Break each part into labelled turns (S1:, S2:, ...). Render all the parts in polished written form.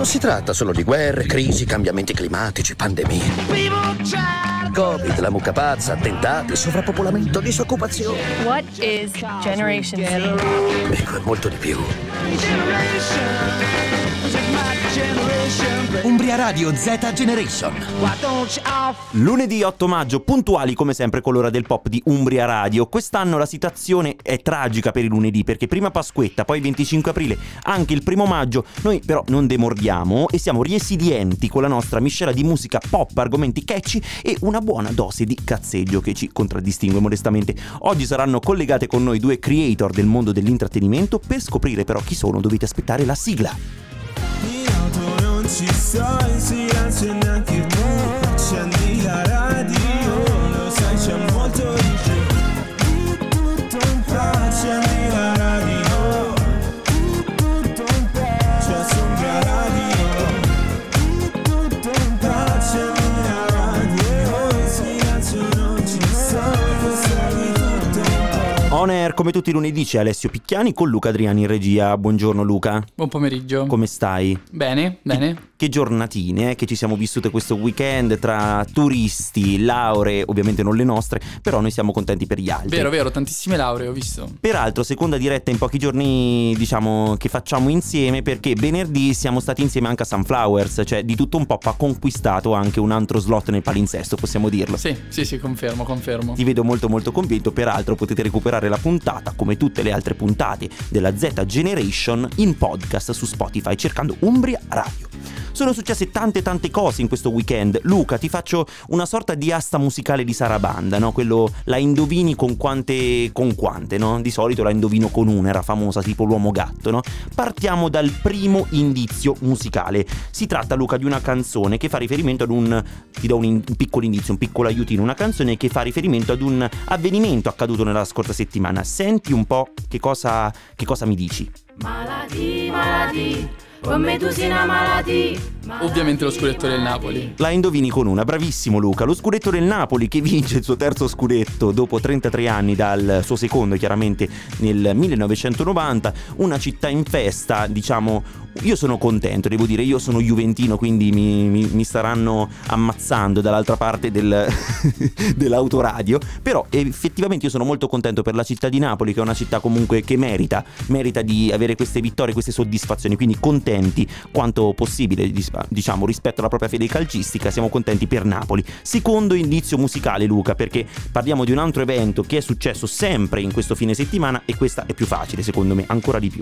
S1: si tratta solo di guerre, crisi, cambiamenti climatici, pandemie. Covid, la mucca pazza, attentati, sovrappopolamento, disoccupazione.
S2: What is Generation Z?
S1: Ecco, è molto di più.
S3: Umbria Radio Z Generation.
S4: Lunedì 8 maggio, puntuali come sempre con l'ora del pop di Umbria Radio. Quest'anno la situazione è tragica per i lunedì, perché prima Pasquetta, poi 25 aprile, anche il 1 maggio. Noi però non demordiamo e siamo riesidienti con la nostra miscela di musica pop, argomenti catchy e una buona dose di cazzeggio che ci contraddistingue modestamente. Oggi saranno collegate con noi due creator del mondo dell'intrattenimento. Per scoprire però chi sono dovete aspettare la sigla.
S5: Ci sto in silenzio e neanche tu accendi la radio, lo sai c'è molto di più, tutto un po', accendi la radio, tutto un po', c'è su Umbria Radio, tutto un po', accendi la radio, in silenzio non ci sto, segui tutto un po'.
S4: On air come tutti i lunedì c'è Alessio Picchiani con Luca Adriani in regia. Buongiorno Luca.
S6: Buon pomeriggio.
S4: Come stai?
S6: Bene, bene.
S4: Che giornatine che ci siamo vissute questo weekend tra turisti, lauree, ovviamente non le nostre, però noi siamo contenti per gli altri.
S6: Vero, tantissime lauree ho visto.
S4: Peraltro seconda diretta in pochi giorni, diciamo, che facciamo insieme, perché venerdì siamo stati insieme anche a Sunflowers, cioè di tutto un po' ha conquistato anche un altro slot nel palinsesto, possiamo dirlo.
S6: Sì, confermo.
S4: Ti vedo molto molto convinto. Peraltro potete recuperare la puntata, come tutte le altre puntate della Z Generation, in podcast su Spotify cercando Umbria Radio. Sono successe tante cose in questo weekend. Luca, ti faccio una sorta di asta musicale di Sarabanda, no? Quello la indovini con quante, no? Di solito la indovino con una, era famosa, tipo l'uomo gatto, no? Partiamo dal primo indizio musicale. Si tratta, Luca, di una canzone che fa riferimento ad un... Ti do un piccolo indizio, un piccolo aiutino. Una canzone che fa riferimento ad un avvenimento accaduto nella scorsa settimana. Senti un po' che cosa mi dici.
S7: Malati, come tu sei una malati.
S6: Ovviamente lo scudetto del Napoli.
S4: La indovini con una, bravissimo Luca. Lo scudetto del Napoli, che vince il suo terzo scudetto dopo 33 anni dal suo secondo, chiaramente nel 1990. Una città in festa, diciamo. Io sono contento, devo dire, io sono juventino, quindi mi staranno ammazzando dall'altra parte dell'autoradio. Però effettivamente io sono molto contento per la città di Napoli, che è una città comunque che merita di avere queste vittorie, queste soddisfazioni. Quindi contenti quanto possibile, diciamo, rispetto alla propria fede calcistica. Siamo contenti per Napoli. Secondo indizio musicale, Luca, perché parliamo di un altro evento che è successo sempre in questo fine settimana, e questa è più facile, secondo me, ancora di più.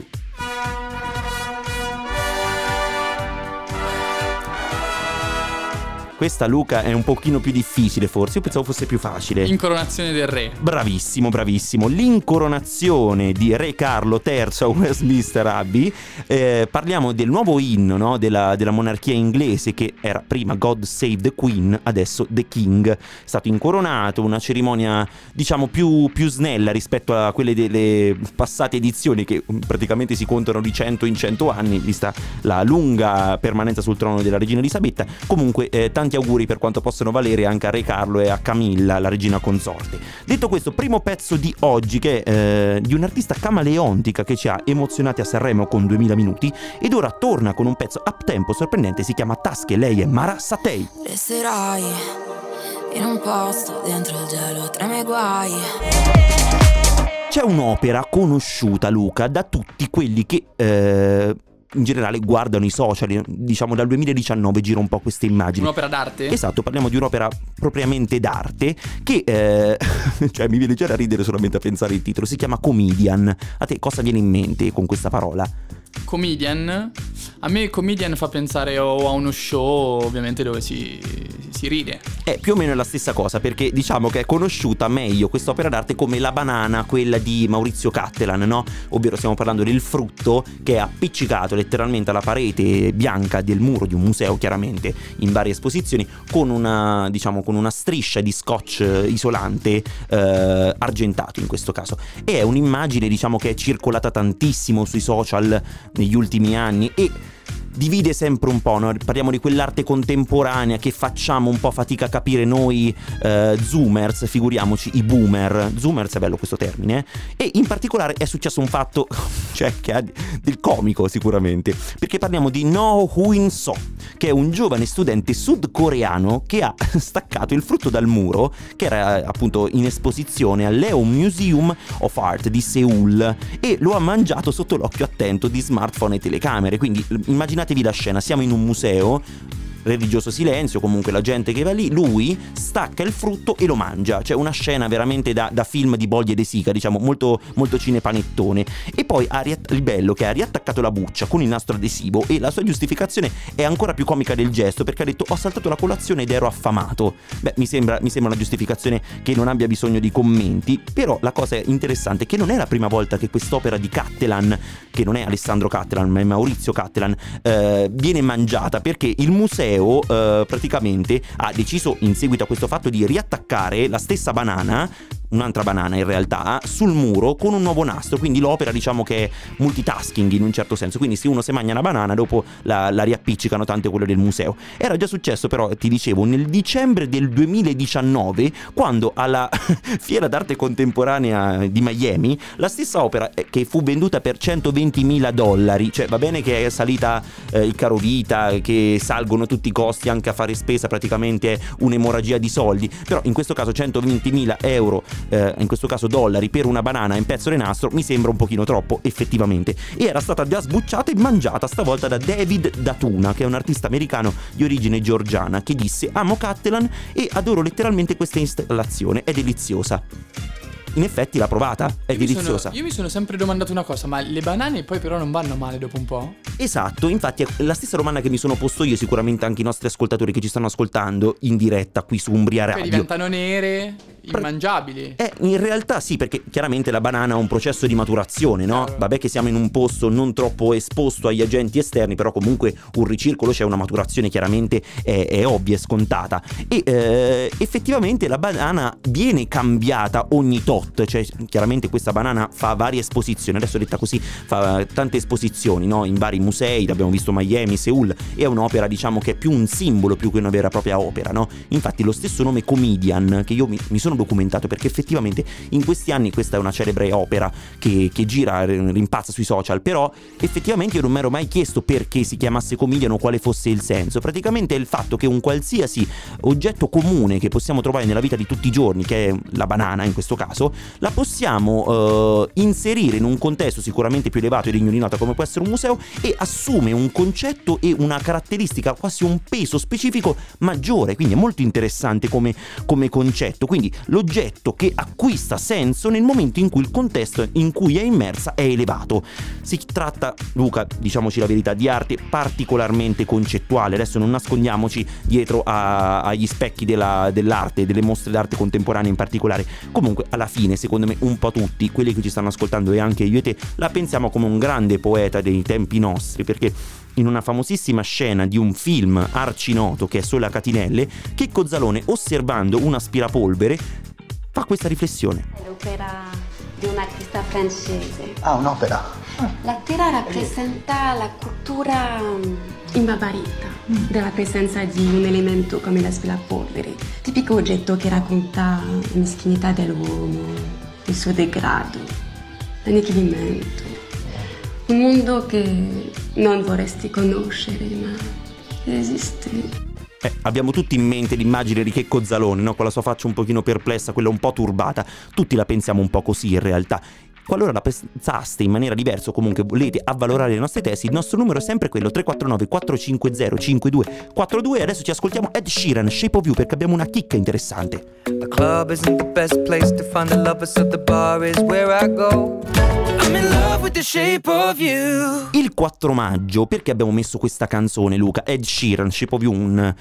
S4: Questa, Luca, è un pochino più difficile forse, io pensavo fosse più facile.
S6: Incoronazione del re.
S4: Bravissimo. L'incoronazione di Re Carlo III a Westminster Abbey. Parliamo del nuovo inno, no? della monarchia inglese, che era prima God Save the Queen, adesso The King. È stato incoronato, una cerimonia diciamo più snella rispetto a quelle delle passate edizioni, che praticamente si contano di 100 in 100 anni, vista la lunga permanenza sul trono della regina Elisabetta. Comunque tanti auguri per quanto possono valere anche a Re Carlo e a Camilla, la regina consorte. Detto questo, primo pezzo di oggi, che è di un'artista camaleontica che ci ha emozionati a Sanremo con 2000 minuti, ed ora torna con un pezzo uptempo sorprendente, si chiama Tasche. Lei è Mara Satei.
S7: Resterai in un posto dentro il gelo tra i miei guai.
S4: C'è un'opera conosciuta, Luca, da tutti quelli che in generale guardano i social, diciamo dal 2019 gira un po' queste immagini.
S6: Un'opera d'arte?
S4: Esatto, parliamo di un'opera propriamente d'arte che cioè mi viene già da ridere solamente a pensare il titolo. Si chiama Comedian. A te cosa viene in mente con questa parola?
S6: Comedian? A me comedian fa pensare a uno show, ovviamente, dove si ride.
S4: Più o meno è la stessa cosa, perché diciamo che è conosciuta meglio quest'opera d'arte come La banana, quella di Maurizio Cattelan, no? Ovvero stiamo parlando del frutto che è appiccicato letteralmente alla parete bianca del muro di un museo, chiaramente in varie esposizioni, con una striscia di scotch isolante argentato in questo caso. E è un'immagine, diciamo, che è circolata tantissimo sui social negli ultimi anni, e divide sempre un po', no? Parliamo di quell'arte contemporanea che facciamo un po' fatica a capire noi zoomers, figuriamoci i boomer. Zoomers è bello questo termine, e in particolare è successo un fatto cioè che ha del comico sicuramente, perché parliamo di No Hoon-so, che è un giovane studente sudcoreano che ha staccato il frutto dal muro, che era appunto in esposizione al Leo Museum of Art di Seoul, e lo ha mangiato sotto l'occhio attento di smartphone e telecamere. Quindi immaginatevi la scena, siamo in un museo, religioso silenzio, comunque la gente che va lì, lui stacca il frutto e lo mangia, cioè una scena veramente da film di Boldi e De Sica, diciamo molto, molto cinepanettone. E poi il bello che ha riattaccato la buccia con il nastro adesivo, e la sua giustificazione è ancora più comica del gesto, perché ha detto: ho saltato la colazione ed ero affamato. Beh, mi sembra una giustificazione che non abbia bisogno di commenti, però la cosa interessante è che non è la prima volta che quest'opera di Cattelan, che non è Alessandro Cattelan ma è Maurizio Cattelan, viene mangiata, perché il museo praticamente ha deciso, in seguito a questo fatto, di riattaccare la stessa banana, un'altra banana in realtà, sul muro con un nuovo nastro. Quindi l'opera, diciamo che è multitasking in un certo senso, quindi se uno si mangia una banana dopo la riappiccicano tanto quello del museo. Era già successo però, ti dicevo, nel dicembre del 2019, quando alla Fiera d'Arte Contemporanea di Miami la stessa opera, che fu venduta per $120.000, cioè va bene che è salita il caro vita, che salgono tutti i costi, anche a fare spesa praticamente un'emorragia di soldi, però in questo caso 120.000 euro, in questo caso dollari, per una banana in pezzo di nastro mi sembra un pochino troppo, effettivamente. E era stata già sbucciata e mangiata stavolta da David Datuna, che è un artista americano di origine georgiana, che disse: amo Cattelan e adoro letteralmente questa installazione, è deliziosa. In effetti l'ha provata, è deliziosa.
S6: Io mi sono sempre domandato una cosa: ma le banane poi però non vanno male dopo un po'?
S4: Esatto, infatti è la stessa domanda che mi sono posto io, sicuramente anche i nostri ascoltatori che ci stanno ascoltando in diretta qui su Umbria Radio.
S6: Poi diventano nere, immangiabili.
S4: In realtà sì, perché chiaramente la banana ha un processo di maturazione, no? Vabbè che siamo in un posto non troppo esposto agli agenti esterni, però comunque un ricircolo, c'è una maturazione chiaramente è ovvia, è scontata. E effettivamente la banana viene cambiata ogni tot, cioè chiaramente questa banana fa varie esposizioni, adesso detta così fa tante esposizioni, no? In vari musei, l'abbiamo visto Miami, Seoul, è un'opera diciamo che è più un simbolo più che una vera e propria opera, no? Infatti lo stesso nome Comedian, che io mi sono documentato, perché effettivamente in questi anni questa è una celebre opera che gira, rimpazza sui social, però effettivamente io non mi ero mai chiesto perché si chiamasse Comedian o quale fosse il senso. Praticamente è il fatto che un qualsiasi oggetto comune che possiamo trovare nella vita di tutti i giorni, che è la banana in questo caso, la possiamo inserire in un contesto sicuramente più elevato e degno di nota come può essere un museo, e assume un concetto e una caratteristica, quasi un peso specifico maggiore. Quindi è molto interessante come concetto. Quindi l'oggetto che acquista senso nel momento in cui il contesto in cui è immersa è elevato. Si tratta, Luca, diciamoci la verità, di arte particolarmente concettuale. Adesso non nascondiamoci dietro agli specchi dell'arte, delle mostre d'arte contemporanea in particolare. Comunque alla fine, secondo me, un po' tutti quelli che ci stanno ascoltando, e anche io e te, la pensiamo come un grande poeta dei tempi nostri, perché in una famosissima scena di un film arcinoto che è Sole a catinelle, Checco Zalone, osservando un aspirapolvere, fa questa riflessione.
S8: È l'opera di un artista francese.
S3: Ah, un'opera.
S8: La tela rappresenta la cultura imbabarita della presenza di un elemento come l'aspirapolvere, tipico oggetto che racconta la meschinità dell'uomo, il suo degrado, l'annichilimento. Un mondo che non vorresti conoscere, ma esiste.
S4: Abbiamo tutti in mente l'immagine di Checco Zalone, no? Con la sua faccia un pochino perplessa, quella un po' turbata. Tutti la pensiamo un po' così in realtà. Qualora la pensaste in maniera diversa o comunque volete avvalorare le nostre tesi, il nostro numero è sempre quello 349 450 5242. Adesso ci ascoltiamo Ed Sheeran, Shape of You, perché abbiamo una chicca interessante.
S9: The club isn't the best place to find the lovers, so the bar is where I go. I'm in love with the shape of you.
S4: Il 4 maggio, perché abbiamo messo questa canzone, Luca? Ed Sheeran, Shape of You,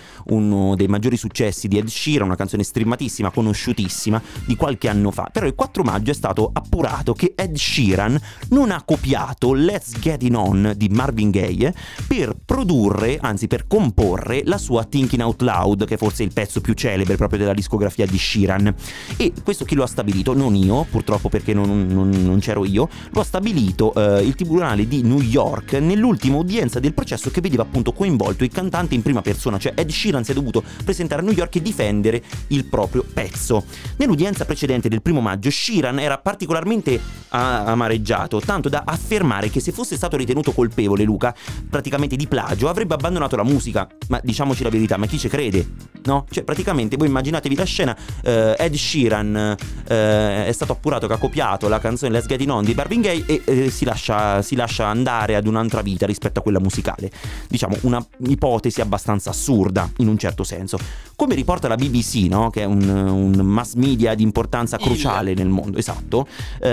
S4: uno dei maggiori successi di Ed Sheeran, una canzone streamatissima, conosciutissima di qualche anno fa. Però il 4 maggio è stato appurato che che Ed Sheeran non ha copiato Let's Get It On di Marvin Gaye per produrre, anzi per comporre la sua Thinking Out Loud, che forse è il pezzo più celebre proprio della discografia di Sheeran. E questo chi lo ha stabilito? Non io, purtroppo, perché non c'ero io. Lo ha stabilito il tribunale di New York nell'ultima udienza del processo che vedeva appunto coinvolto il cantante in prima persona, cioè Ed Sheeran si è dovuto presentare a New York e difendere il proprio pezzo. Nell'udienza precedente del 1 maggio Sheeran era particolarmente amareggiato, tanto da affermare che se fosse stato ritenuto colpevole, Luca, praticamente di plagio, avrebbe abbandonato la musica. Ma diciamoci la verità, ma chi ci crede? No? Cioè praticamente voi immaginatevi la scena, Ed Sheeran è stato appurato che ha copiato la canzone Let's Get It On di Marvin Gaye e si lascia andare ad un'altra vita rispetto a quella musicale. Diciamo una ipotesi abbastanza assurda in un certo senso. Come riporta la BBC, no? Che è un mass media di importanza cruciale nel mondo, esatto,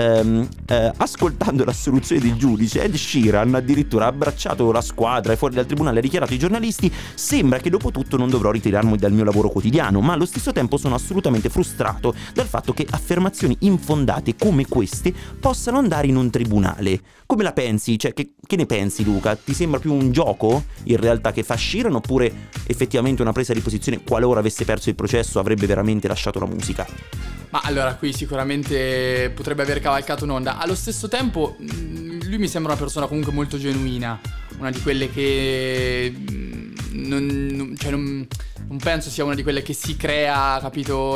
S4: ascoltando l'assoluzione del giudice, Ed Sheeran addirittura ha abbracciato la squadra e fuori dal tribunale ha dichiarato ai giornalisti: sembra che dopo tutto non dovrò ritirarmi dal mio lavoro quotidiano, ma allo stesso tempo sono assolutamente frustrato dal fatto che affermazioni infondate come queste possano andare in un tribunale. Come la pensi? Cioè, che ne pensi, Luca? Ti sembra più un gioco in realtà che fa Sheeran, oppure effettivamente una presa di posizione qualora avesse perso il processo avrebbe veramente lasciato la musica?
S6: Ma allora qui sicuramente potrebbe aver cavalcato un'onda. Allo stesso tempo lui mi sembra una persona comunque molto genuina, una di quelle che non penso sia una di quelle che si crea, capito,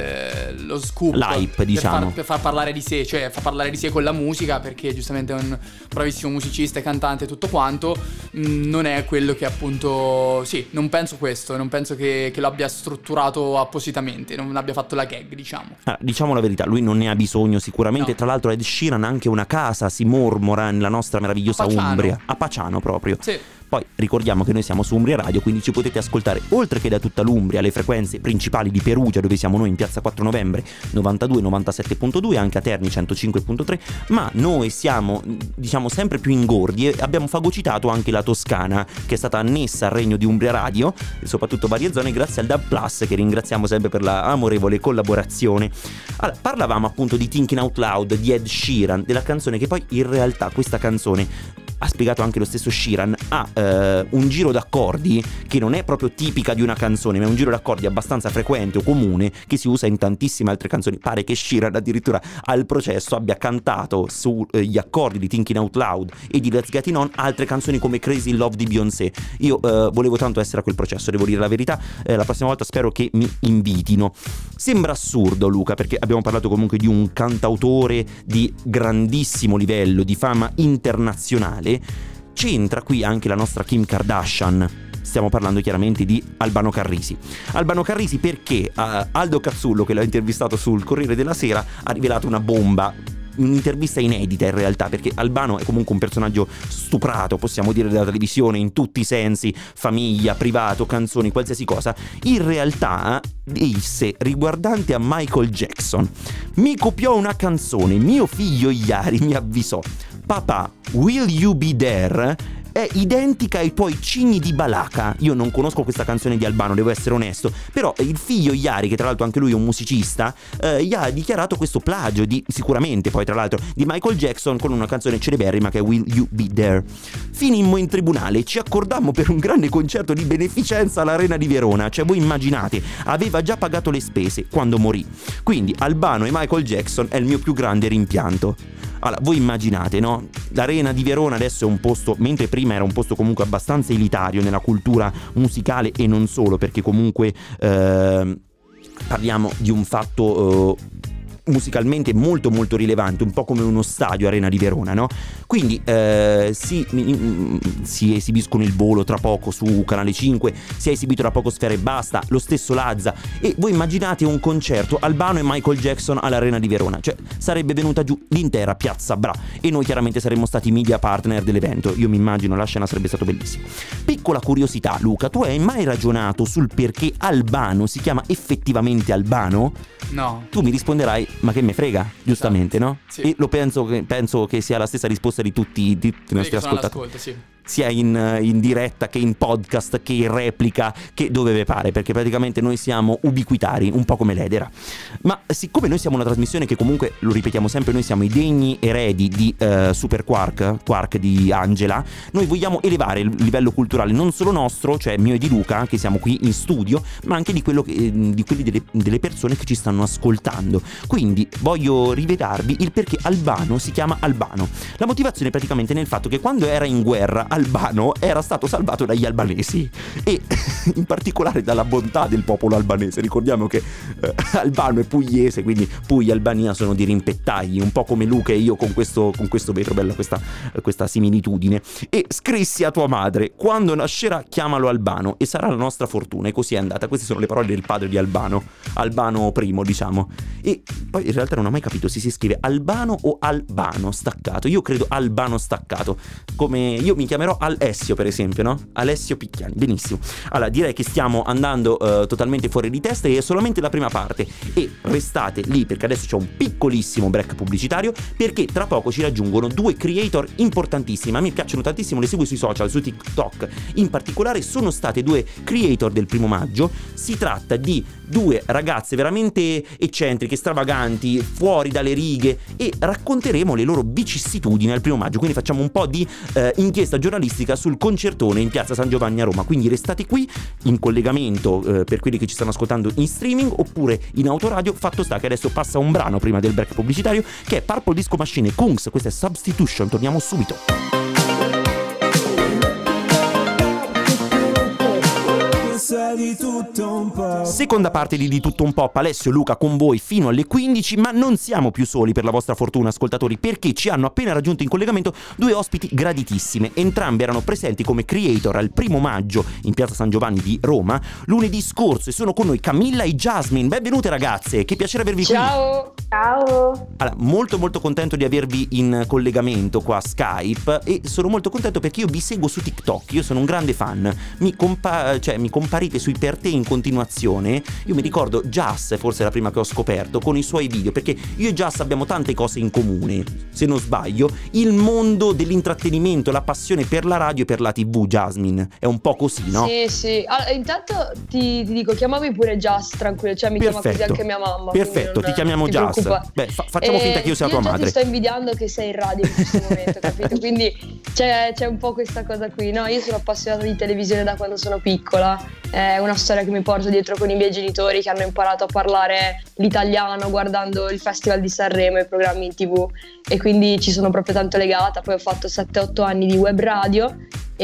S6: lo scoop,
S4: l'hype, diciamo,
S6: per far parlare di sé, cioè fa parlare di sé con la musica, perché giustamente è un bravissimo musicista e cantante e tutto quanto. Non è quello che appunto, sì, non penso questo, non penso che lo abbia strutturato appositamente, non abbia fatto la gag, diciamo.
S4: Diciamo la verità, lui non ne ha bisogno sicuramente, no. Tra l'altro Ed Sheeran ha anche una casa, si mormora, nella nostra meravigliosa Umbria, a Paciano proprio. Sì. Poi ricordiamo che noi siamo su Umbria Radio, quindi ci potete ascoltare oltre che da tutta l'Umbria, le frequenze principali di Perugia, dove siamo noi in piazza 4 novembre 92 97.2, anche a Terni 105.3, ma noi siamo, diciamo, sempre più ingordi e abbiamo fagocitato anche la Toscana, che è stata annessa al regno di Umbria Radio, e soprattutto varie zone, grazie al DAB Plus, che ringraziamo sempre per la amorevole collaborazione. Allora, parlavamo appunto di Thinking Out Loud di Ed Sheeran, della canzone che poi in realtà questa canzone, ha spiegato anche lo stesso Sheeran, ha un giro d'accordi che non è proprio tipica di una canzone, ma è un giro d'accordi abbastanza frequente o comune che si usa in tantissime altre canzoni. Pare che Sheeran addirittura al processo abbia cantato sugli accordi di Thinking Out Loud e di Let's Get It On altre canzoni come Crazy in Love di Beyoncé. Io volevo tanto essere a quel processo, devo dire la verità, la prossima volta spero che mi invitino. Sembra assurdo, Luca, perché abbiamo parlato comunque di un cantautore di grandissimo livello, di fama internazionale. C'entra qui anche la nostra Kim Kardashian. Stiamo parlando chiaramente di Albano Carrisi. Albano Carrisi perché Aldo Cazzullo, che l'ha intervistato sul Corriere della Sera, ha rivelato una bomba, un'intervista inedita in realtà, perché Albano è comunque un personaggio stuprato, possiamo dire, della televisione in tutti i sensi, famiglia, privato, canzoni, qualsiasi cosa. In realtà disse, riguardante a Michael Jackson: mi copiò una canzone, mio figlio ieri mi avvisò: papà, will you be there? È identica ai tuoi cigni di Balaka. Io non conosco questa canzone di Albano, devo essere onesto, però il figlio Iari, che tra l'altro anche lui è un musicista, gli ha dichiarato questo plagio sicuramente poi tra l'altro di Michael Jackson con una canzone celeberrima che è Will You Be There. Finimmo in tribunale, ci accordammo per un grande concerto di beneficenza all'Arena di Verona. Cioè voi immaginate, aveva già pagato le spese quando morì. Quindi Albano e Michael Jackson è il mio più grande rimpianto. Allora, voi immaginate, no? L'Arena di Verona adesso è un posto, mentre prima era un posto comunque abbastanza elitario nella cultura musicale e non solo, perché comunque parliamo di un fatto musicalmente molto molto rilevante, un po' come uno stadio Arena di Verona, no? Quindi si esibiscono Il Volo tra poco su Canale 5, si è esibito da poco Sfera Ebbasta, lo stesso Lazza, e voi immaginate un concerto Albano e Michael Jackson all'Arena di Verona, cioè sarebbe venuta giù l'intera piazza Bra e noi chiaramente saremmo stati media partner dell'evento. Io mi immagino la scena sarebbe stato bellissima. Piccola curiosità, Luca, tu hai mai ragionato sul perché Albano si chiama effettivamente Albano?
S6: No.
S4: Tu mi risponderai: ma che me frega, giustamente, no?
S6: Sì.
S4: E lo penso che sia la stessa risposta di tutti i nostri ascoltatori.
S6: Sì.
S4: sia in diretta che in podcast che in replica che dove vi pare, perché praticamente noi siamo ubiquitari, un po' come l'Edera. Ma siccome noi siamo una trasmissione che comunque, lo ripetiamo sempre, noi siamo i degni eredi di Super Quark di Angela, noi vogliamo elevare il livello culturale non solo nostro, cioè mio e di Luca che siamo qui in studio, ma anche di quelli delle persone che ci stanno ascoltando. Quindi voglio rivelarvi il perché Albano si chiama Albano. La motivazione è praticamente nel fatto che quando era in guerra Albano era stato salvato dagli albanesi, e in particolare dalla bontà del popolo albanese. Ricordiamo che Albano è pugliese, quindi Puglia e Albania sono dirimpettagli, un po' come Luca e io con questo vetro, bella questa similitudine. E scrissi a tua madre: quando nascerà chiamalo Albano e sarà la nostra fortuna. E così è andata. Queste sono le parole del padre di Albano primo, diciamo. E poi in realtà non ho mai capito se si scrive Albano o Albano staccato. Io credo Albano staccato, come io mi chiamerò Alessio, per esempio, no? Alessio Picchiani. Benissimo. Allora direi che stiamo andando totalmente fuori di testa, e è solamente la prima parte, e restate lì perché adesso c'è un piccolissimo break pubblicitario, perché tra poco ci raggiungono due creator importantissimi. A me piacciono tantissimo, le seguo sui social, su TikTok in particolare. Sono state due creator del 1° maggio. Si tratta di due ragazze veramente eccentriche, stravaganti, fuori dalle righe, e racconteremo le loro vicissitudini al 1° maggio. Quindi facciamo un po' di inchiesta giornalistica sul concertone in piazza San Giovanni a Roma. Quindi restate qui in collegamento per quelli che ci stanno ascoltando in streaming oppure in autoradio. Fatto sta che adesso passa un brano prima del break pubblicitario, che è Purple Disco Machine, Kungs. Questa è Substitution. Torniamo subito.
S5: Di tutto un po'.
S4: Seconda parte di Tutto un po', Alessio e Luca con voi fino alle 15, ma non siamo più soli, per la vostra fortuna, ascoltatori, perché ci hanno appena raggiunto in collegamento due ospiti graditissime. Entrambe erano presenti come creator al 1° maggio in piazza San Giovanni di Roma lunedì scorso, e sono con noi Camilla e Jasmine. Benvenute ragazze, che piacere avervi qui.
S10: Ciao.
S4: Allora, molto contento di avervi in collegamento qua Skype, e sono molto contento perché io vi seguo su TikTok. Io sono un grande fan, mi comparite sui per te in continuazione. Io mi ricordo Jas, forse è la prima che ho scoperto, con i suoi video, perché io e Jas abbiamo tante cose in comune, se non sbaglio, il mondo dell'intrattenimento, la passione per la radio e per la TV. Jasmine, è un po' così, no?
S10: Sì. Allora, intanto ti dico, chiamami pure Jas, tranquillo, cioè mi chiama così anche mia mamma.
S4: Perfetto, ti chiamiamo Jas. Beh, facciamo finta che io sia tua madre.
S10: Io ti sto invidiando che sei in radio in questo momento, capito? Quindi c'è un po' questa cosa qui. No, io sono appassionata di televisione da quando sono piccola. È una storia che mi porto dietro con i miei genitori, che hanno imparato a parlare l'italiano guardando il Festival di Sanremo e i programmi in TV, e quindi ci sono proprio tanto legata. Poi ho fatto 7-8 anni di web radio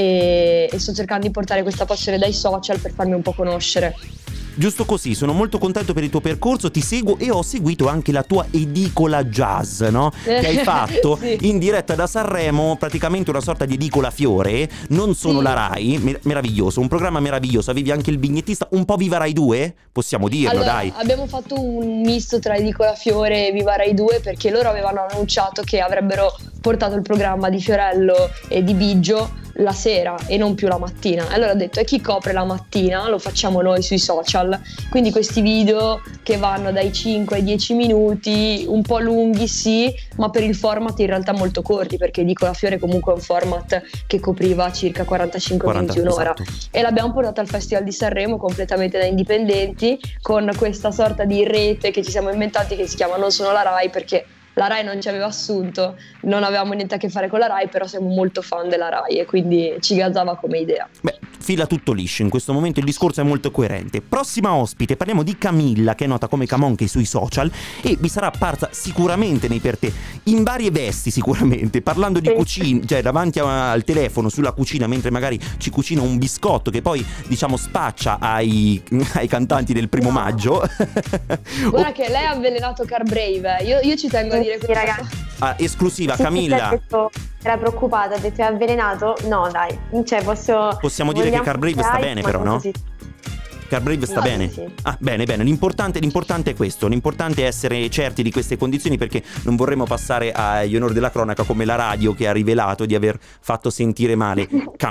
S10: e sto cercando di portare questa passione dai social per farmi un po' conoscere.
S4: Giusto così, sono molto contento per il tuo percorso, ti seguo e ho seguito anche la tua edicola jazz, no? Che hai fatto sì. In diretta da Sanremo, praticamente una sorta di edicola fiore, non sono la Rai, meraviglioso, un programma meraviglioso, avevi anche il vignettista, un po' Viva Rai 2, possiamo dirlo, allora, dai.
S10: Abbiamo fatto un misto tra edicola fiore e Viva Rai 2, perché loro avevano annunciato che avrebbero portato il programma di Fiorello e di Biggio la sera e non più la mattina. Allora ho detto, e chi copre la mattina? Lo facciamo noi sui social. Quindi questi video che vanno dai 5 ai 10 minuti, un po' lunghi sì, ma per il format in realtà molto corti, perché Edicola Fiore comunque è un format che copriva circa 45 minuti, un'ora. Esatto. E l'abbiamo portato al Festival di Sanremo completamente da indipendenti, con questa sorta di rete che ci siamo inventati, che si chiama Non Sono la Rai, perché la Rai non ci aveva assunto, non avevamo niente a che fare con la Rai, però siamo molto fan della Rai e quindi ci gasava come idea.
S4: Beh, fila tutto liscio, in questo momento il discorso è molto coerente. Prossima ospite, parliamo di Camilla, che è nota come Camonche sui social, e vi sarà apparsa sicuramente nei per te, in varie vesti sicuramente, parlando di cucina, cioè davanti al telefono sulla cucina, mentre magari ci cucina un biscotto che poi diciamo spaccia ai cantanti del 1° maggio.
S10: Guarda che lei ha avvelenato Carbrave, io ci tengo a dire
S11: sì, ragazzi.
S4: Esclusiva, sì, Camilla.
S11: Era preoccupata, ha detto è avvelenato? No, dai, cioè
S4: possiamo dire che Carbrave sta bene, però, no? Così. Carbrave sta bene?
S11: Sì.
S4: Ah, bene, l'importante è questo, l'importante è essere certi di queste condizioni, perché non vorremmo passare agli onori della cronaca come la radio che ha rivelato di aver fatto sentire male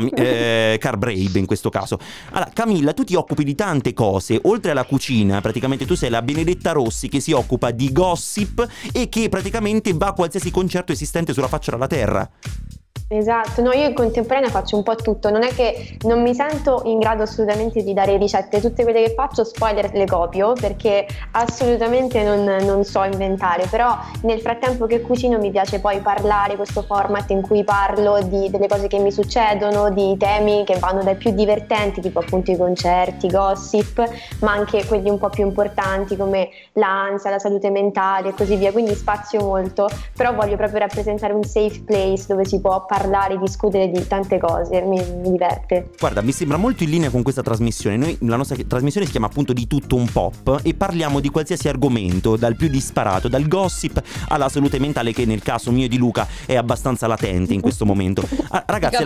S4: Carbrave in questo caso. Allora, Camilla, tu ti occupi di tante cose, oltre alla cucina, praticamente tu sei la Benedetta Rossi che si occupa di gossip e che praticamente va a qualsiasi concerto esistente sulla faccia della terra.
S11: Esatto, no, io in contemporanea faccio un po' tutto, non è che non mi sento in grado assolutamente di dare ricette, tutte quelle che faccio spoiler le copio perché assolutamente non so inventare, però nel frattempo che cucino mi piace poi parlare, questo format in cui parlo delle cose che mi succedono, di temi che vanno dai più divertenti, tipo appunto i concerti, gossip, ma anche quelli un po' più importanti come l'ansia, la salute mentale e così via, quindi spazio molto, però voglio proprio rappresentare un safe place dove si può parlare, discutere di tante cose, mi diverte.
S4: Guarda, mi sembra molto in linea con questa trasmissione. La nostra trasmissione si chiama appunto Di tutto un pop e parliamo di qualsiasi argomento, dal più disparato, dal gossip alla salute mentale, che nel caso mio e di Luca è abbastanza latente in questo momento. Ragazzi,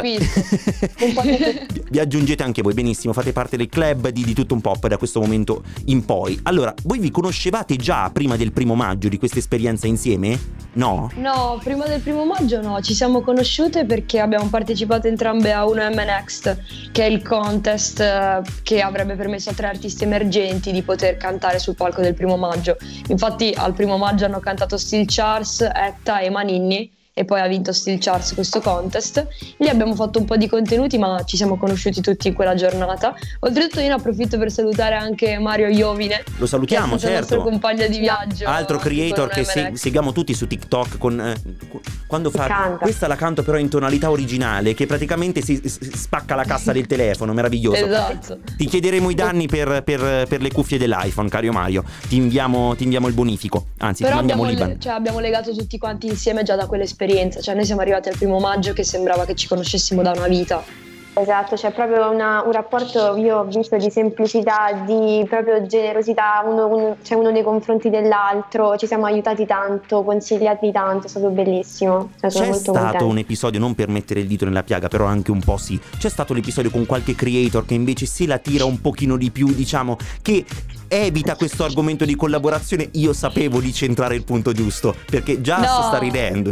S4: vi aggiungete anche voi, benissimo, fate parte del club di tutto un pop da questo momento in poi. Allora, voi vi conoscevate già prima del 1 maggio di questa esperienza insieme? No?
S10: No, prima del 1 maggio no, ci siamo conosciute perché abbiamo partecipato entrambe a UNM Next, che è il contest che avrebbe permesso a 3 artisti emergenti di poter cantare sul palco del 1 maggio. Infatti al 1 maggio hanno cantato Steel Charles, Etta e Maninni, e poi ha vinto Steel Charles questo contest. Lì abbiamo fatto un po' di contenuti, ma ci siamo conosciuti tutti in quella giornata. Oltretutto io ne approfitto per salutare anche Mario Iovine.
S4: Lo salutiamo,
S10: che è
S4: certo,
S10: il nostro compagno di viaggio,
S4: altro creator che seguiamo tutti su TikTok quando fa questa la canto però in tonalità originale, che praticamente si spacca la cassa del telefono, meraviglioso.
S10: Esatto.
S4: Ti chiederemo i danni per le cuffie dell'iPhone, caro Mario. Ti inviamo il bonifico, anzi
S10: però
S4: ti mandiamo l'IBAN.
S10: abbiamo legato tutti quanti insieme già da quell'esperienza, cioè noi siamo arrivati al 1 maggio che sembrava che ci conoscessimo da una vita.
S11: Esatto, c'è proprio un rapporto, io ho visto, di semplicità, di proprio generosità uno nei confronti dell'altro, ci siamo aiutati tanto, consigliati tanto, è stato bellissimo.
S4: C'è stato un episodio, non per mettere il dito nella piaga, però anche un po' sì, c'è stato l'episodio con qualche creator che invece se la tira un pochino di più, diciamo, che evita questo argomento di collaborazione. Io sapevo di centrare il punto giusto, perché già sta ridendo.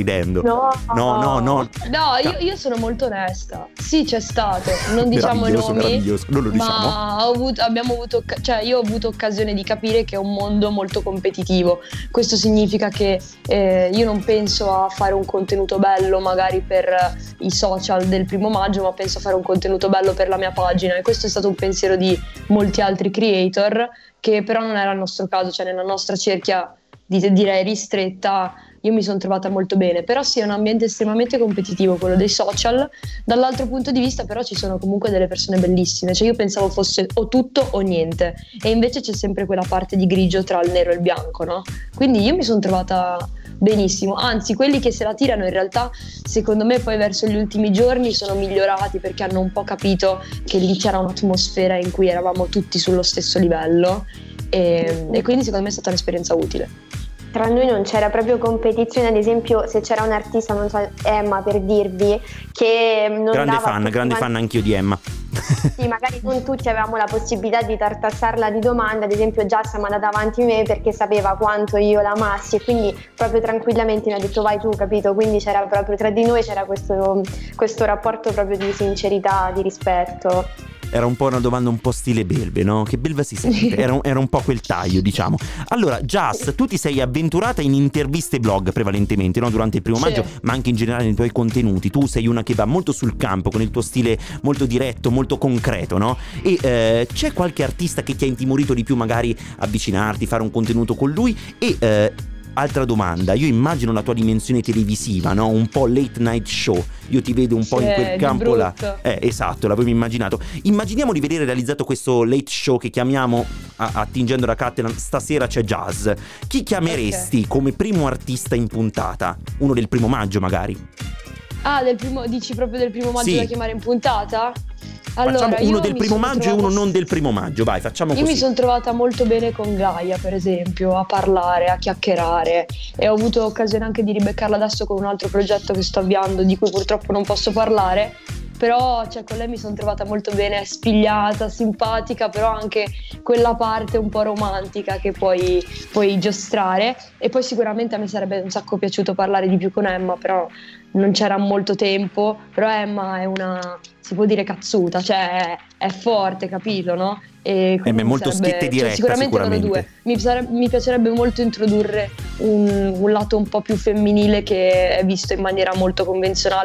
S4: No,
S10: io sono molto onesta. Sì, c'è stato, non diciamo nomi,
S4: non lo diciamo.
S10: Ma io ho avuto occasione di capire che è un mondo molto competitivo. Questo significa che io non penso a fare un contenuto bello magari per i social del 1 maggio, ma penso a fare un contenuto bello per la mia pagina, e questo è stato un pensiero di molti altri creator, che però non era il nostro caso, cioè nella nostra cerchia direi ristretta io mi sono trovata molto bene. Però sì, è un ambiente estremamente competitivo quello dei social. Dall'altro punto di vista però ci sono comunque delle persone bellissime, cioè io pensavo fosse o tutto o niente, e invece c'è sempre quella parte di grigio tra il nero e il bianco, no? Quindi io mi sono trovata benissimo, anzi quelli che se la tirano in realtà secondo me poi verso gli ultimi giorni sono migliorati, perché hanno un po' capito che lì c'era un'atmosfera in cui eravamo tutti sullo stesso livello, e quindi secondo me è stata un'esperienza utile.
S11: Tra noi non c'era proprio competizione, ad esempio se c'era un artista, non so, Emma per dirvi, che non
S4: grande fan anch'io di Emma.
S11: Sì, magari non tutti avevamo la possibilità di tartassarla di domande, ad esempio Giassa mi ha dato avanti me perché sapeva quanto io la amassi, e quindi proprio tranquillamente mi ha detto vai tu, capito? Quindi c'era proprio tra di noi c'era questo rapporto proprio di sincerità, di rispetto.
S4: Era un po' una domanda un po' stile Belve, no? Che Belva si sente, era un po' quel taglio, diciamo. Allora, Jazz, tu ti sei avventurata in interviste blog prevalentemente, no? Durante il 1 maggio, ma anche in generale nei tuoi contenuti. Tu sei una che va molto sul campo, con il tuo stile molto diretto, molto concreto, no? E c'è qualche artista che ti ha intimorito di più magari avvicinarti, fare un contenuto con lui? E altra domanda, io immagino la tua dimensione televisiva, no? Un po' late night show. Io ti vedo un po' in quel campo là. Esatto, l'avevo immaginato. Immaginiamo di vedere realizzato questo late show che chiamiamo, attingendo da Catalan, Stasera c'è Jazz. Chi chiameresti come primo artista in puntata? Uno del 1 maggio magari?
S10: Dici proprio del 1 maggio, sì, da chiamare in puntata?
S4: Allora, facciamo uno del 1 maggio e uno non del 1 maggio, vai, facciamo così.
S10: Io mi sono trovata molto bene con Gaia, per esempio, a parlare, a chiacchierare, e ho avuto occasione anche di ribeccarla adesso con un altro progetto che sto avviando, di cui purtroppo non posso parlare, però con lei mi sono trovata molto bene, spigliata, simpatica, però anche quella parte un po' romantica che puoi giostrare. E poi sicuramente a me sarebbe un sacco piaciuto parlare di più con Emma, però non c'era molto tempo. Però Emma è una, si può dire, cazzuta, cioè è forte, capito, no? E
S4: è molto schietta e diretta,
S10: sicuramente. Mi piacerebbe molto introdurre un lato un po' più femminile che è visto in maniera molto convenzionale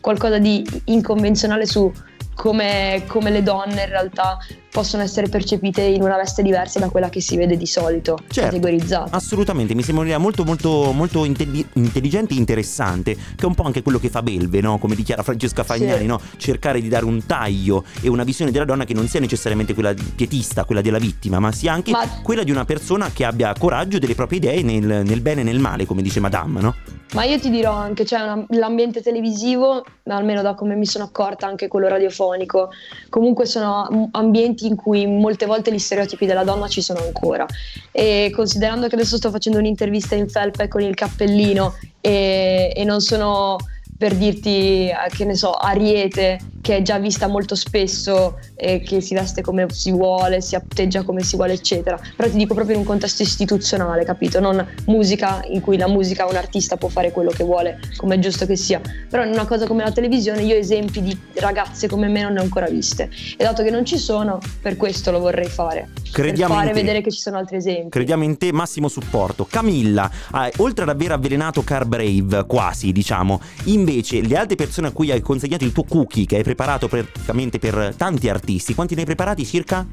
S10: qualcosa di inconvenzionale su come le donne in realtà possono essere percepite in una veste diversa da quella che si vede di solito, categorizzata.
S4: Assolutamente, mi sembra molto molto molto intelligente e interessante, che è un po' anche quello che fa Belve, no? Come dichiara Francesca Fagnani, no? Cercare di dare un taglio e una visione della donna che non sia necessariamente quella pietista, quella della vittima, ma sia anche quella di una persona che abbia coraggio delle proprie idee nel bene e nel male, come dice Madame, no?
S10: Ma io ti dirò anche, l'ambiente televisivo, almeno da come mi sono accorta, anche quello radiofonico, comunque sono ambienti in cui molte volte gli stereotipi della donna ci sono ancora, e considerando che adesso sto facendo un'intervista in felpe con il cappellino e non sono, per dirti, che ne so, Ariete, che è già vista molto spesso e che si veste come si vuole, si atteggia come si vuole, eccetera. Però ti dico proprio in un contesto istituzionale, capito? Non musica, in cui la musica, un artista può fare quello che vuole, come è giusto che sia. Però in una cosa come la televisione io esempi di ragazze come me non ne ho ancora viste. E dato che non ci sono, per questo lo vorrei fare.
S4: Crediamo
S10: per fare
S4: in te.
S10: Vedere che ci sono altri esempi.
S4: Crediamo in te, massimo supporto. Camilla, oltre ad aver avvelenato Car Brave, quasi, diciamo, invece le altre persone a cui hai consegnato il tuo cookie, che hai preparato praticamente per tanti artisti, quanti ne hai preparati circa?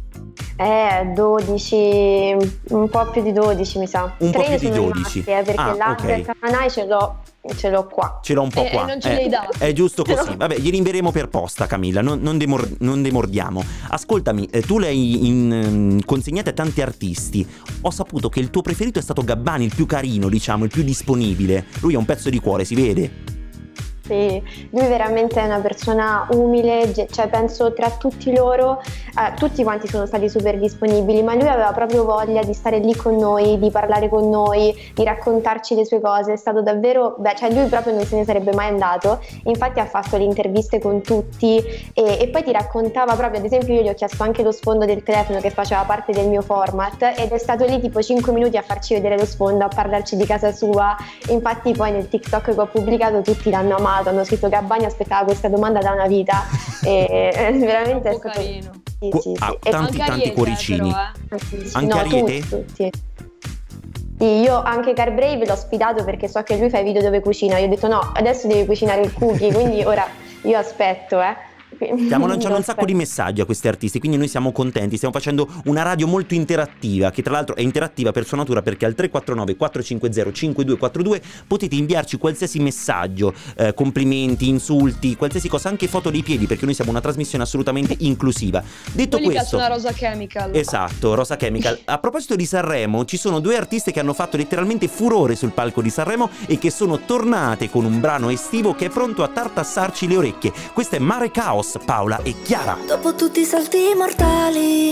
S11: 12, un po' più di 12 mi sa.
S4: Un po' più di 12
S11: rimasti, perché l'Albert Canai ce l'ho qua.
S4: Ce l'ho un po' qua.
S10: Non ce l'hai dato.
S4: È giusto così. Vabbè, glieli inveremo per posta, Camilla. Non demordiamo. Ascoltami, tu le hai consegnate a tanti artisti. Ho saputo che il tuo preferito è stato Gabbani, il più carino, diciamo, il più disponibile. Lui ha un pezzo di cuore, si vede.
S11: Sì, lui veramente è una persona umile, cioè penso tra tutti loro, tutti quanti sono stati super disponibili, ma lui aveva proprio voglia di stare lì con noi, di parlare con noi, di raccontarci le sue cose. È stato davvero, cioè lui proprio non se ne sarebbe mai andato, infatti ha fatto le interviste con tutti e poi ti raccontava proprio, ad esempio io gli ho chiesto anche lo sfondo del telefono che faceva parte del mio format ed è stato lì tipo 5 minuti a farci vedere lo sfondo, a parlarci di casa sua. Infatti poi nel TikTok che ho pubblicato tutti l'hanno amato, hanno scritto Gabbani aspettava questa domanda da una vita e veramente è stato
S10: carino.
S11: Sì.
S4: Tanti cuoricini. Anche Ariete?
S11: Tutti. Sì, io anche Car Brave l'ho sfidato perché so che lui fa i video dove cucina. Io ho detto no, adesso devi cucinare il cookie, quindi ora io aspetto,
S4: Stiamo lanciando un sacco di messaggi a questi artisti, quindi noi siamo contenti. Stiamo facendo una radio molto interattiva, che tra l'altro è interattiva per sua natura, perché al 349 450 5242 potete inviarci qualsiasi messaggio, complimenti, insulti, qualsiasi cosa, anche foto dei piedi, perché noi siamo una trasmissione assolutamente inclusiva. Detto
S10: Quelli
S4: questo,
S10: una Rosa Chemical.
S4: Esatto, Rosa Chemical. A proposito di Sanremo, ci sono due artiste che hanno fatto letteralmente furore sul palco di Sanremo e che sono tornate con un brano estivo che è pronto a tartassarci le orecchie. Questo è Mare Caos, Paola e Chiara.
S12: Dopo tutti i salti mortali.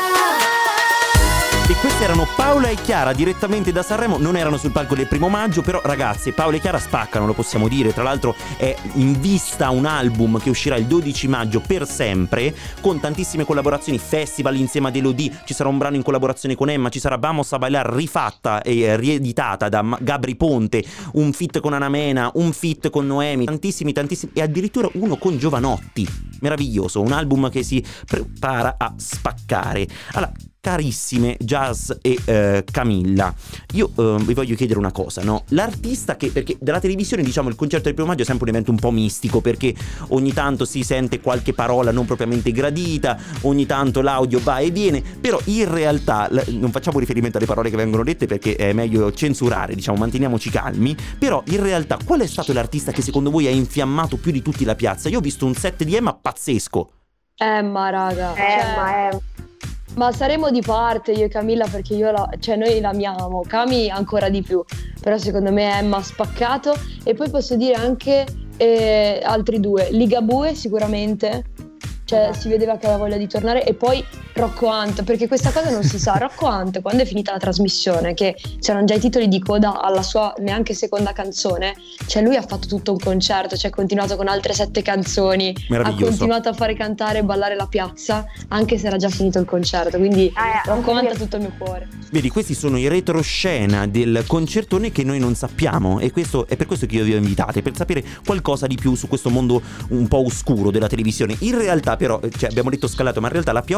S4: E questi erano Paola e Chiara direttamente da Sanremo. Non erano sul palco del 1° maggio, però ragazzi, Paola e Chiara spaccano, lo possiamo dire. Tra l'altro è in vista un album che uscirà il 12 maggio per sempre, con tantissime collaborazioni, festival insieme ad Elodie. Ci sarà un brano in collaborazione con Emma, ci sarà Vamos a Bailar rifatta e rieditata da Gabri Ponte, un feat con Ana Mena, un feat con Noemi, tantissimi e addirittura uno con Giovanotti. Meraviglioso, un album che si prepara a spaccare. Allora, carissime Jazz e Camilla, io vi voglio chiedere una cosa, no? L'artista perché dalla televisione, diciamo, il concerto del 1° maggio è sempre un evento un po' mistico, perché ogni tanto si sente qualche parola non propriamente gradita, ogni tanto l'audio va e viene, però in realtà non facciamo riferimento alle parole che vengono dette perché è meglio censurare, diciamo, manteniamoci calmi. Però in realtà qual è stato l'artista che secondo voi ha infiammato più di tutti la piazza? Io ho visto un set di Emma pazzesco.
S10: Emma, raga, ma saremo di parte io e Camilla, perché noi l'amiamo, Cami ancora di più, però secondo me Emma ha spaccato. E poi posso dire anche altri due, Ligabue sicuramente, cioè si vedeva che aveva voglia di tornare. E poi Rocco Hunt, perché questa cosa non si sa. Rocco Hunt, quando è finita la trasmissione, che c'erano già i titoli di coda alla sua neanche seconda canzone, cioè lui ha fatto tutto un concerto, cioè ha continuato con altre 7 canzoni, ha continuato a fare cantare e ballare la piazza anche se era già finito il concerto, quindi Rocco Hunt ha tutto il mio cuore.
S4: Vedi, questi sono i retroscena del concertone che noi non sappiamo, e questo è per questo che io vi ho invitate, per sapere qualcosa di più su questo mondo un po' oscuro della televisione. In realtà però, abbiamo detto scalato, ma in realtà la pioggia era fortissima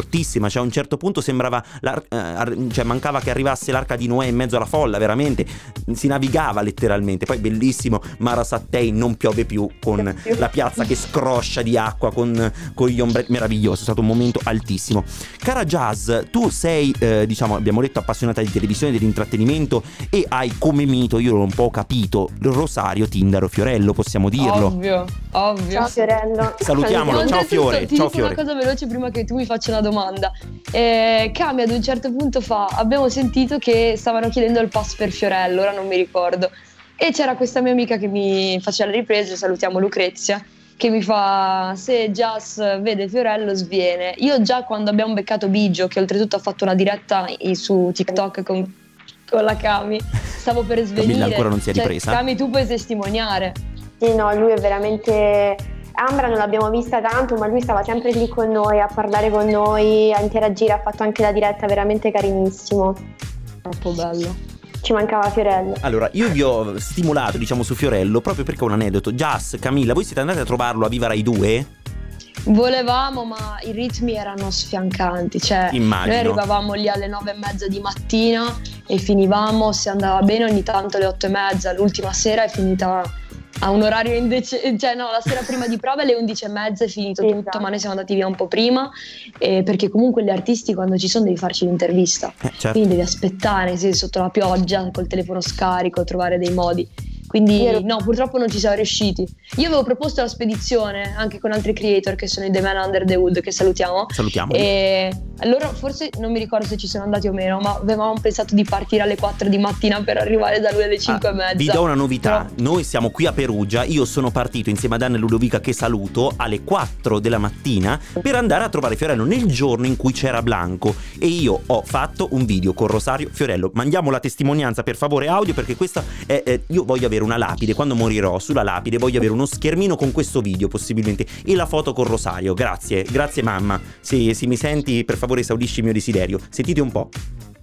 S4: fortissima, cioè a un certo punto sembrava cioè mancava che arrivasse l'Arca di Noè in mezzo alla folla, veramente si navigava letteralmente. Poi bellissimo Mara Sattei, non piove più, con la piazza che scroscia di acqua con gli ombretti, meraviglioso, è stato un momento altissimo. Cara Jazz, tu sei diciamo, abbiamo detto, appassionata di televisione, dell'intrattenimento, e hai come mito, io l'ho un po' capito, Rosario Tindaro Fiorello, possiamo dirlo?
S10: Ovvio.
S11: Ciao Fiorello.
S4: Salutiamolo, ciao Fiore.
S10: Ti dico una cosa veloce prima che tu mi faccia una domanda. Cami, ad un certo punto abbiamo sentito che stavano chiedendo il pass per Fiorello, ora non mi ricordo, e c'era questa mia amica che mi faceva le riprese, salutiamo Lucrezia, che mi fa: se Jazz vede Fiorello sviene. Io già quando abbiamo beccato Biggio, che oltretutto ha fatto una diretta su TikTok con la Cami, stavo per svenire.
S4: Camilla ancora non si è ripresa.
S10: Cami, tu puoi testimoniare.
S11: Sì, no, lui è veramente... Ambra non l'abbiamo vista tanto, ma lui stava sempre lì con noi, a parlare con noi, a interagire, ha fatto anche la diretta, veramente carinissimo.
S10: Troppo bello.
S11: Ci mancava Fiorello.
S4: Allora, io vi ho stimolato, diciamo, su Fiorello proprio perché ho un aneddoto. Jazz, Camilla, voi siete andati a trovarlo a Viva Rai 2?
S10: Volevamo, ma i ritmi erano sfiancanti, cioè
S4: immagino.
S10: Noi arrivavamo lì alle 9:30 di mattina e finivamo, se andava bene, ogni tanto alle 8:30. L'ultima sera è finita a un orario indecente, cioè no, la sera prima di prova alle 11:30 è finito tutto, ma noi siamo andati via un po' prima, perché comunque gli artisti quando ci sono devi farci l'intervista,
S4: certo.
S10: Quindi devi aspettare, sì, sotto la pioggia, col telefono scarico, trovare dei modi. Quindi no, purtroppo non ci siamo riusciti. Io avevo proposto la spedizione anche con altri creator che sono i The Man Under the Wood, che salutiamo. E allora forse non mi ricordo se ci sono andati o meno, ma avevamo pensato di partire alle 4 di mattina per arrivare da lui alle 5:30.
S4: Vi do una novità, noi siamo qui a Perugia, io sono partito insieme ad Anna e Ludovica, che saluto, alle 4 della mattina per andare a trovare Fiorello nel giorno in cui c'era Blanco, e io ho fatto un video con Rosario Fiorello. Mandiamo la testimonianza per favore audio, perché questa è io voglio avere una lapide, quando morirò sulla lapide voglio avere uno schermino con questo video possibilmente e la foto con Rosario. Grazie mamma, se mi senti per favore esaudisci il mio desiderio, sentite un po'.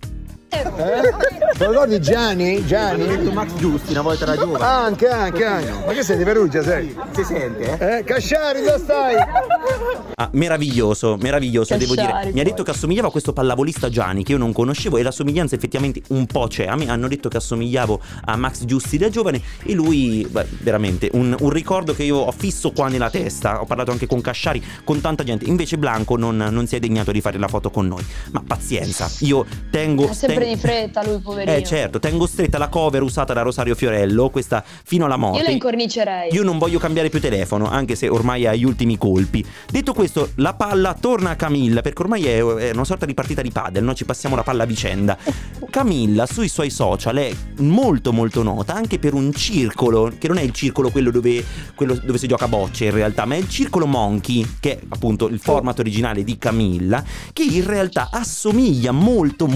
S13: Lo ricordi Gianni?
S4: Ho detto Max Giusti una volta da giovane.
S13: Anche. Ma che sei di Perugia, sei?
S4: Si sente?
S13: Casciari, dove stai?
S4: Meraviglioso,
S10: Casciari,
S4: devo dire. Mi ha detto
S10: poi.
S4: che assomigliava a questo pallavolista Gianni, che io non conoscevo, e la somiglianza effettivamente un po' c'è. A me hanno detto che assomigliavo a Max Giusti da giovane, e lui, veramente un ricordo che io ho fisso qua nella testa. Ho parlato anche con Casciari, con tanta gente. Invece Blanco non si è degnato di fare la foto con noi. Ma pazienza, io tengo...
S10: È sempre di fretta lui, poverino.
S4: Certo, tengo stretta la cover usata da Rosario Fiorello, questa fino alla morte.
S10: Io la incornicerei.
S4: Io non voglio cambiare più telefono, anche se ormai è agli ultimi colpi. Detto questo, la palla torna a Camilla, perché ormai è una sorta di partita di padel, no? Ci passiamo la palla a vicenda. Camilla sui suoi social è molto molto nota anche per un circolo, che non è il circolo quello dove si gioca a bocce in realtà, ma è il circolo Monkey, che è appunto il format originale di Camilla, che in realtà assomiglia molto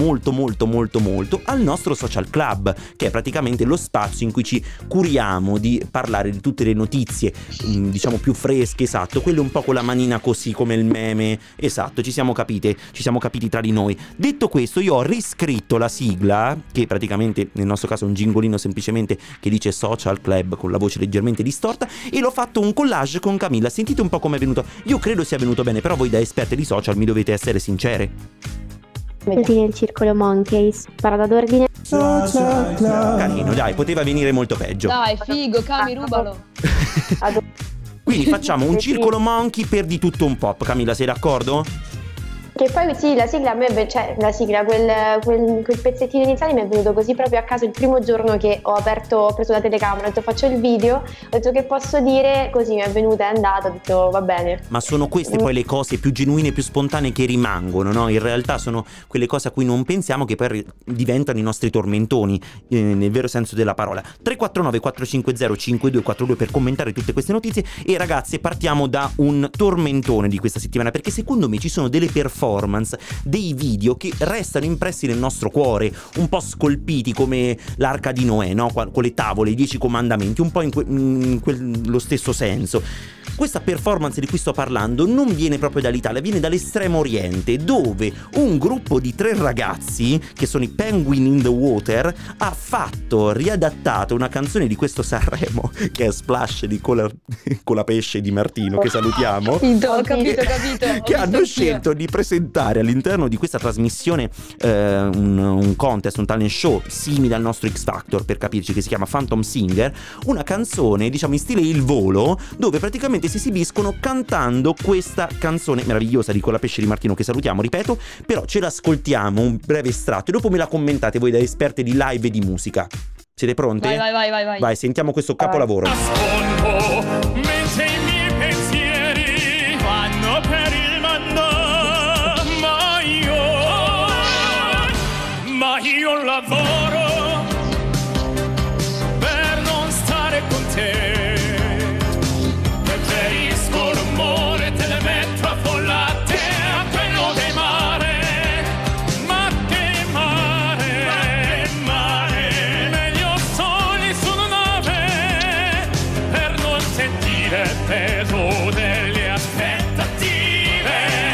S4: al nostro social club, che è praticamente lo spazio in cui ci curiamo di parlare di tutte le notizie diciamo più fresche, esatto, quelle un po' con la manina così come il meme, esatto, ci siamo capiti tra di noi. Detto questo, io ho riscritto la sigla, che praticamente nel nostro caso è un gingolino semplicemente che dice social club con la voce leggermente distorta, e l'ho fatto un collage con Camilla. Sentite un po' come è venuto. Io credo sia venuto bene, però voi da esperte di social mi dovete essere sincere.
S11: Metti nel circolo Monkeys, parata d'ordine.
S4: Carino, dai, poteva venire molto peggio.
S10: Dai, figo, Cami, rubalo.
S4: Quindi facciamo un circolo Monkey per di tutto un po'. Camilla, sei d'accordo?
S11: Che poi sì, la sigla a me, cioè la sigla, quel pezzettino iniziale mi è venuto così proprio a caso il primo giorno che ho preso la telecamera, ho detto faccio il video, ho detto che posso dire, così mi è venuta, è andata, ho detto va bene.
S4: Ma sono queste poi le cose più genuine, più spontanee che rimangono, no? In realtà sono quelle cose a cui non pensiamo che poi diventano i nostri tormentoni, nel vero senso della parola. 349 450 5242 per commentare tutte queste notizie. E ragazze, partiamo da un tormentone di questa settimana, perché secondo me ci sono delle performance, dei video che restano impressi nel nostro cuore, un po' scolpiti come l'Arca di Noè, no? Con le tavole, i 10 comandamenti, un po' in lo stesso senso. Questa performance di cui sto parlando non viene proprio dall'Italia, viene dall'Estremo Oriente, dove un gruppo di 3 ragazzi, che sono i Penguin in the Water, ha riadattato una canzone di questo Sanremo, che è Splash di Colapesce di Martino, che salutiamo.
S10: Ho capito.
S4: Che hanno scelto di presentare all'interno di questa trasmissione un contest, un talent show simile al nostro X Factor, per capirci, che si chiama Phantom Singer, una canzone diciamo in stile Il Volo, dove praticamente si esibiscono cantando questa canzone meravigliosa di Colapesce di Martino, che salutiamo, ripeto, però ce l'ascoltiamo un breve estratto e dopo me la commentate voi da esperte di live e di musica. Siete pronte?
S10: Vai.
S4: Vai, sentiamo questo capolavoro.
S5: Ascolto mentre i miei pensieri vanno per il mondo, ma io lavoro per non stare con te. Preferisco l'umore, te le metto affollate a quello del mare. Ma che mare, meglio soli su una nave per non sentire il peso delle aspettative.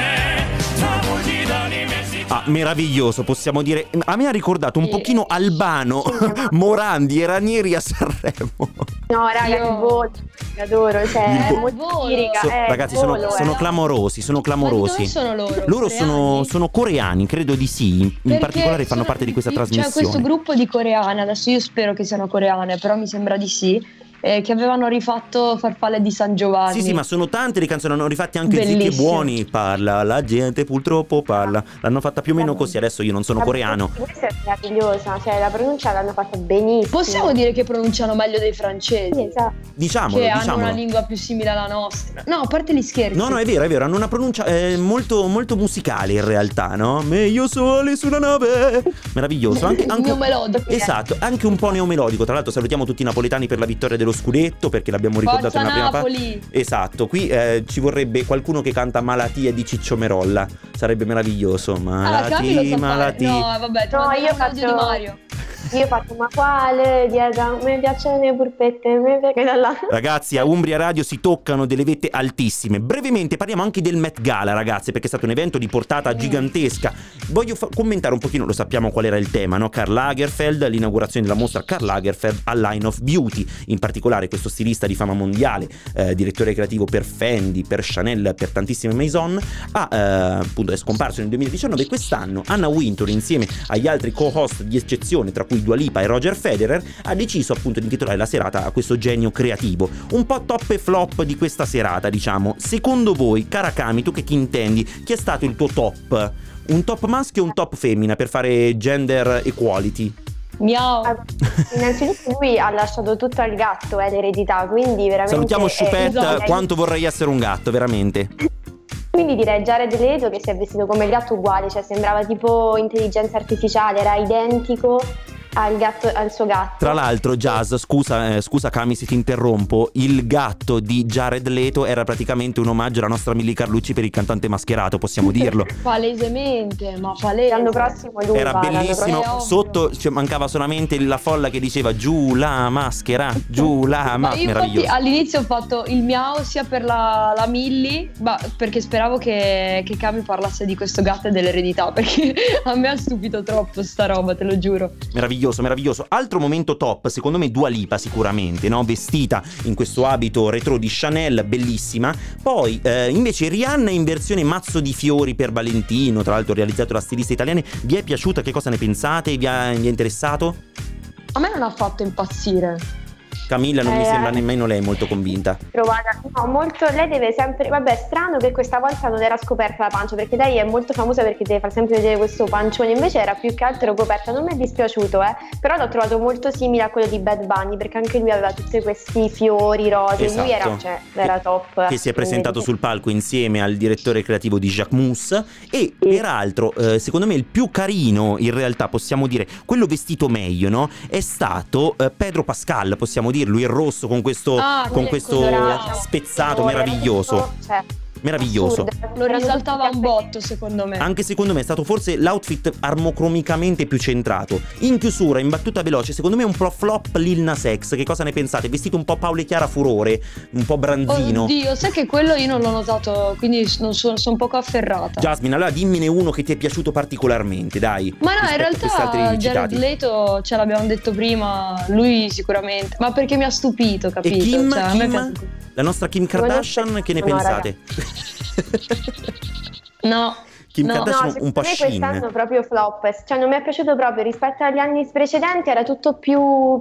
S5: Travolti dall'immensità.
S4: Meraviglioso, possiamo dire. A me ha ricordato un pochino Albano, Morandi e Ranieri a Sanremo.
S11: No, raga, il Volo, adoro, cioè, è molto lirica.
S4: Ragazzi, sono clamorosi,
S10: Ma dove sono loro?
S4: Loro sono coreani, credo di sì. In
S10: Perché
S4: particolare fanno parte di questa trasmissione.
S10: C'è questo gruppo di coreane, adesso io spero che siano coreane, però mi sembra di sì, che avevano rifatto Farfalle di San Giovanni.
S4: Sì, ma sono tante le canzoni, hanno rifatti anche Zitti e Buoni, parla, la gente purtroppo parla. L'hanno fatta più o meno così, adesso io non sono coreano.
S11: Questa è meravigliosa, cioè la pronuncia l'hanno fatta benissimo.
S10: Possiamo dire che pronunciano meglio dei francesi?
S11: Sì, esatto.
S10: Che hanno una lingua più simile alla nostra. No, a parte gli scherzi.
S4: No, è vero, hanno una pronuncia molto, molto musicale in realtà, no? Meglio soli su una nave. Meraviglioso, anche
S10: neomelodico.
S4: Esatto, anche un po' neomelodico. Tra l'altro salutiamo tutti i napoletani per la vittoria dello scudetto, perché l'abbiamo ricordato
S10: Forza
S4: nella prima
S10: Napoli.
S4: parte. Esatto, qui ci vorrebbe qualcuno che canta Malattie di Ciccio Merolla. Sarebbe meraviglioso. Malattie.
S10: No, vabbè, io faccio di Mario.
S11: Io faccio ma quale dieta? Mi piacciono le polpette, mi piace là.
S4: Ragazzi, a Umbria Radio si toccano delle vette altissime. Brevemente parliamo anche del Met Gala, ragazzi, perché è stato un evento di portata gigantesca. Voglio commentare un pochino, lo sappiamo qual era il tema, no? Karl Lagerfeld, l'inaugurazione della mostra Karl Lagerfeld a Line of Beauty. In particolare questo stilista di fama mondiale, direttore creativo per Fendi, per Chanel, per tantissime maison, appunto è scomparso nel 2019 e quest'anno Anna Wintour, insieme agli altri co-host di eccezione, tra cui Dua Lipa e Roger Federer, ha deciso appunto di intitolare la serata a questo genio creativo. Un po' top e flop di questa serata, diciamo. Secondo voi, cara Cami, tu che ti intendi, chi è stato il tuo top? Un top maschio o un top femmina per fare gender equality?
S10: Miau.
S11: Innanzitutto lui ha lasciato tutto al gatto, è l'eredità, quindi veramente.
S4: Salutiamo Choupette,
S11: esatto.
S4: Quanto vorrei essere un gatto, veramente.
S11: Quindi direi Jared Leto, che si è vestito come il gatto uguale, cioè sembrava tipo intelligenza artificiale, era identico al suo gatto.
S4: Tra l'altro, Jazz, scusa Cami se ti interrompo, il gatto di Jared Leto era praticamente un omaggio alla nostra Milly Carlucci per il cantante mascherato, possiamo dirlo.
S10: Palesemente, ma palese.
S11: L'anno prossimo lui
S4: era bellissimo, sotto mancava solamente la folla che diceva giù la maschera, giù la maschera. Meraviglioso.
S10: All'inizio ho fatto il miau sia per la Milly, perché speravo che Cami parlasse di questo gatto e dell'eredità, perché a me ha stupito troppo sta roba, te lo giuro.
S4: Meraviglioso. Altro momento top, secondo me Dua Lipa sicuramente, no? Vestita in questo abito retro di Chanel, bellissima. Poi invece Rihanna in versione mazzo di fiori per Valentino, tra l'altro realizzato da stiliste italiane. Vi è piaciuta? Che cosa ne pensate? Vi è interessato?
S10: A me non ha fatto impazzire.
S4: Camilla non mi sembra nemmeno lei molto convinta.
S11: Trovata, no, molto, lei deve sempre, vabbè, strano che questa volta non era scoperta la pancia, perché lei è molto famosa perché deve far sempre vedere questo pancione, invece era più che altro coperta. Non mi è dispiaciuto, però l'ho trovato molto simile a quello di Bad Bunny, perché anche lui aveva tutti questi fiori rose.
S4: Esatto.
S11: Lui era top.
S4: Che si è presentato sul palco insieme al direttore creativo di Jacquemus e peraltro secondo me il più carino, in realtà possiamo dire quello vestito meglio, no? È stato Pedro Pascal, possiamo dirlo, il rosso con questo spezzato meraviglioso. meraviglioso.
S10: Lo risaltava un botto, secondo me.
S4: Anche secondo me è stato forse l'outfit armocromicamente più centrato. In chiusura, in battuta veloce, secondo me un po' flop Lil Nas X. Che cosa ne pensate? Vestito un po' Paolo e Chiara Furore, un po' branzino.
S10: Oddio, sai che quello io non l'ho notato, quindi sono un poco afferrata.
S4: Jasmine, allora dimmene uno che ti è piaciuto particolarmente, dai.
S10: Ma no, in realtà Jared Leto, ce l'abbiamo detto prima, lui sicuramente. Ma perché mi ha stupito, capito?
S4: E Kim?
S10: Cioè, a me piace...
S4: La nostra Kim Kardashian, che ne pensate?
S10: No.
S4: Kim Kardashian un po'
S11: me quest'anno proprio flop, cioè non mi è piaciuto proprio rispetto agli anni precedenti, era tutto più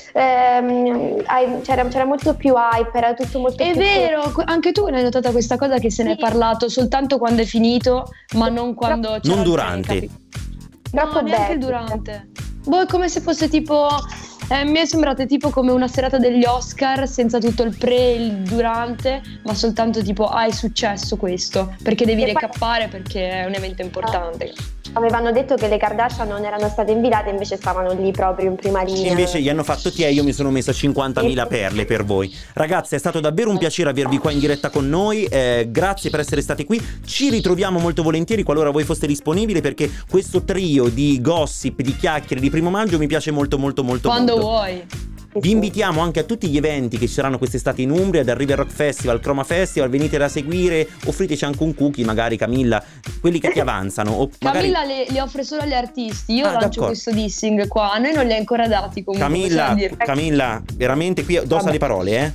S11: c'era molto più hype, era tutto molto più...
S10: È vero, anche tu l'hai notata questa cosa che se ne è parlato soltanto quando è finito, ma non quando c'era...
S4: Non durante.
S10: No, neanche il durante. Boh, è come se fosse tipo... mi è sembrato tipo come una serata degli Oscar senza tutto il pre e il durante, ma soltanto tipo è successo questo, perché devi recappare perché è un evento importante.
S11: Avevano detto che le Kardashian non erano state invitate, invece stavano lì proprio in prima linea.
S4: Invece gli hanno fatto io mi sono messa 50.000 perle per voi. Ragazzi, è stato davvero un piacere avervi qua in diretta con noi, grazie per essere stati qui. Ci ritroviamo molto volentieri qualora voi foste disponibili, perché questo trio di gossip, di chiacchiere di primo maggio mi piace molto molto molto.
S10: Quando vuoi.
S4: Vi invitiamo anche a tutti gli eventi che ci saranno quest'estate in Umbria, dal River Rock Festival, Chroma Festival, venite da seguire, offriteci anche un cookie magari, Camilla, quelli che ti avanzano. O magari...
S10: Camilla li offre solo agli artisti, io lancio questo dissing qua, a noi non li ha ancora dati comunque.
S4: Camilla, veramente qui dosa le parole,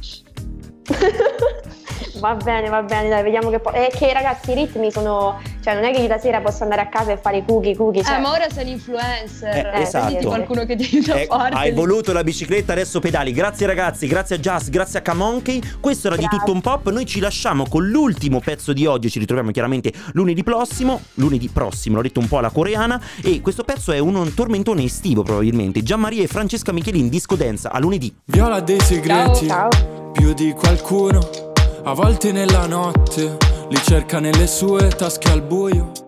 S11: Va bene, dai, vediamo che poi. È che ragazzi, i ritmi sono. Cioè, non è che io la sera posso andare a casa e fare i cookie. Cioè...
S10: ma ora sei un influencer.
S4: Esatto.
S10: Qualcuno che ti aiuta a fare.
S4: Hai voluto la bicicletta, adesso pedali. Grazie ragazzi, grazie a Jazz, grazie a Kamonkey. Questo era di Tutto un Pop. Noi ci lasciamo con l'ultimo pezzo di oggi. Ci ritroviamo chiaramente lunedì prossimo, l'ho detto un po' alla coreana. E questo pezzo è un tormentone estivo probabilmente. Gianmaria e Francesca Michelin, Disco Dance. A lunedì.
S5: Viola dei segreti, ciao. Più di qualcuno. A volte nella notte li cerca nelle sue tasche al buio.